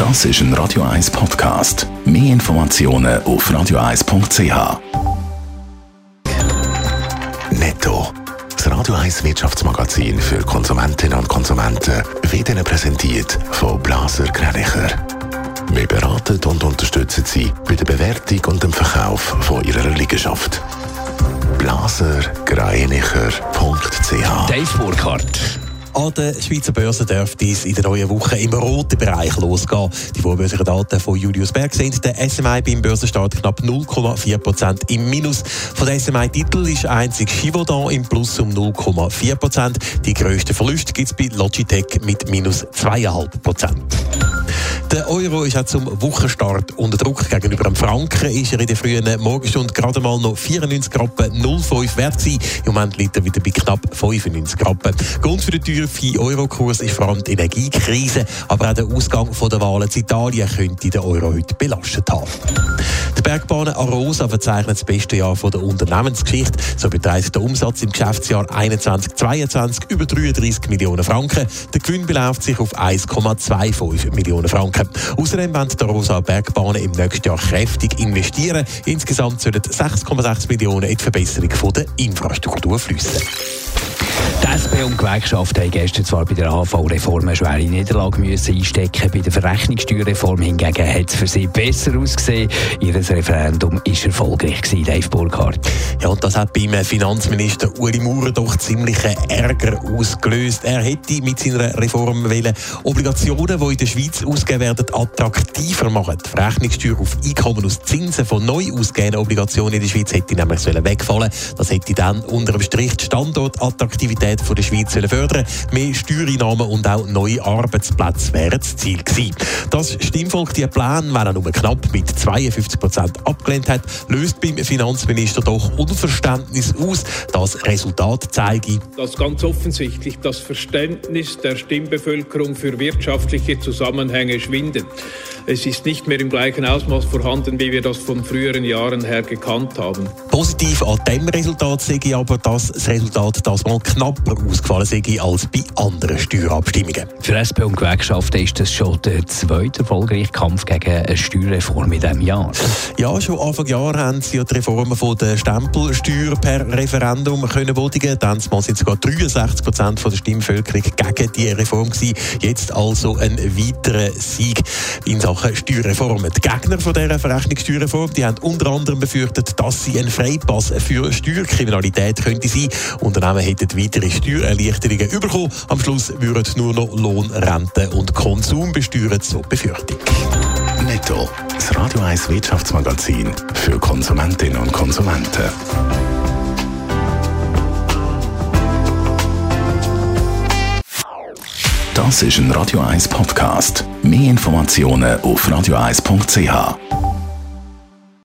Das ist ein Radio 1 Podcast. Mehr Informationen auf radio1.ch. Netto. Das Radio 1 Wirtschaftsmagazin für Konsumentinnen und Konsumenten wird Ihnen präsentiert von Blaser Greinicher. Wir beraten und unterstützen Sie bei der Bewertung und dem Verkauf von Ihrer Liegenschaft. blasergreinicher.ch. Dave Burkhardt. An der Schweizer Börse dürfte es in der neuen Woche im roten Bereich losgehen. Die vorbörslichen Daten von Julius Berg sind der SMI beim Börsenstart knapp 0,4% im Minus. Von den SMI-Titeln ist einzig Givaudan im Plus um 0,4%. Die grössten Verluste gibt es bei Logitech mit minus 2,5%. Der Euro ist auch zum Wochenstart unter Druck. Gegenüber dem Franken ist er in der frühen Morgenstunde gerade mal noch 94 Rappen 0,5 wert gewesen. Im Moment liegt er wieder bei knapp 95 Rappen. Grund für den tiefen Eurokurs ist vor allem die Energiekrise, aber auch der Ausgang von der Wahlen in Italien könnte den Euro heute belastet haben. Die Bergbahnen Arosa verzeichnet das beste Jahr von der Unternehmensgeschichte. So beträgt der Umsatz im Geschäftsjahr 21/22 über 33 Millionen Franken. Der Gewinn beläuft sich auf 1,25 Millionen Franken. Außerdem wollen die Arosa Bergbahnen im nächsten Jahr kräftig investieren. Insgesamt sollen 6,6 Millionen in die Verbesserung der Infrastruktur fließen. Die SP und die Gewerkschaft haben gestern zwar bei der AHV-Reform eine schwere Niederlage einstecken. Bei der Verrechnungssteuerreform hingegen hat es für sie besser ausgesehen. Ihr Referendum war erfolgreich gewesen, Dave Burkhardt. Ja, und das hat beim Finanzminister Ueli Maurer doch ziemlichen Ärger ausgelöst. Er hätte mit seiner Reform wollen Obligationen, die in der Schweiz ausgegeben werden, attraktiver machen. Die Verrechnungssteuer auf Einkommen aus Zinsen von neu ausgegebenen Obligationen in der Schweiz hätte nämlich wegfallen. Das hätte dann unter dem Strich die Standortattraktivität von der Schweiz fördern. Mehr Steuereinnahmen und auch neue Arbeitsplätze wären das Ziel gewesen. Das Stimmvolk die Pläne, wenn er nur knapp mit 52% abgelehnt hat, löst beim Finanzminister doch Unverständnis aus. Das Resultat zeige, dass ganz offensichtlich das Verständnis der Stimmbevölkerung für wirtschaftliche Zusammenhänge schwindet. Es ist nicht mehr im gleichen Ausmaß vorhanden, wie wir das von früheren Jahren her gekannt haben. Positiv an diesem Resultat sehe ich aber, dass das Resultat das mal knapper ausgefallen sei als bei anderen Steuerabstimmungen. Für SP und Gewerkschaften ist das schon der zweite erfolgreiche Kampf gegen eine Steuerreform in diesem Jahr. Ja, schon Anfang Jahr haben sie ja die Reformen von der Stempelsteuer per Referendum können votigen. Damals sind sogar 63% von der Stimmbevölkerung gegen die Reform gewesen. Jetzt also ein weiterer Sieg in Sachen Steuerreform. Die Gegner von dieser Verrechnungssteuerreform, die haben unter anderem befürchtet, dass sie ein Freipass für Steuerkriminalität könnte sein. Unternehmen hätten weitere Steuererleichterungen bekommen. Am Schluss würden nur noch Lohn, Rente und Konsum besteuert, so Befürchtung. Netto. Das Radio 1 Wirtschaftsmagazin für Konsumentinnen und Konsumenten. Das ist ein Radio 1 Podcast. Mehr Informationen auf radio1.ch.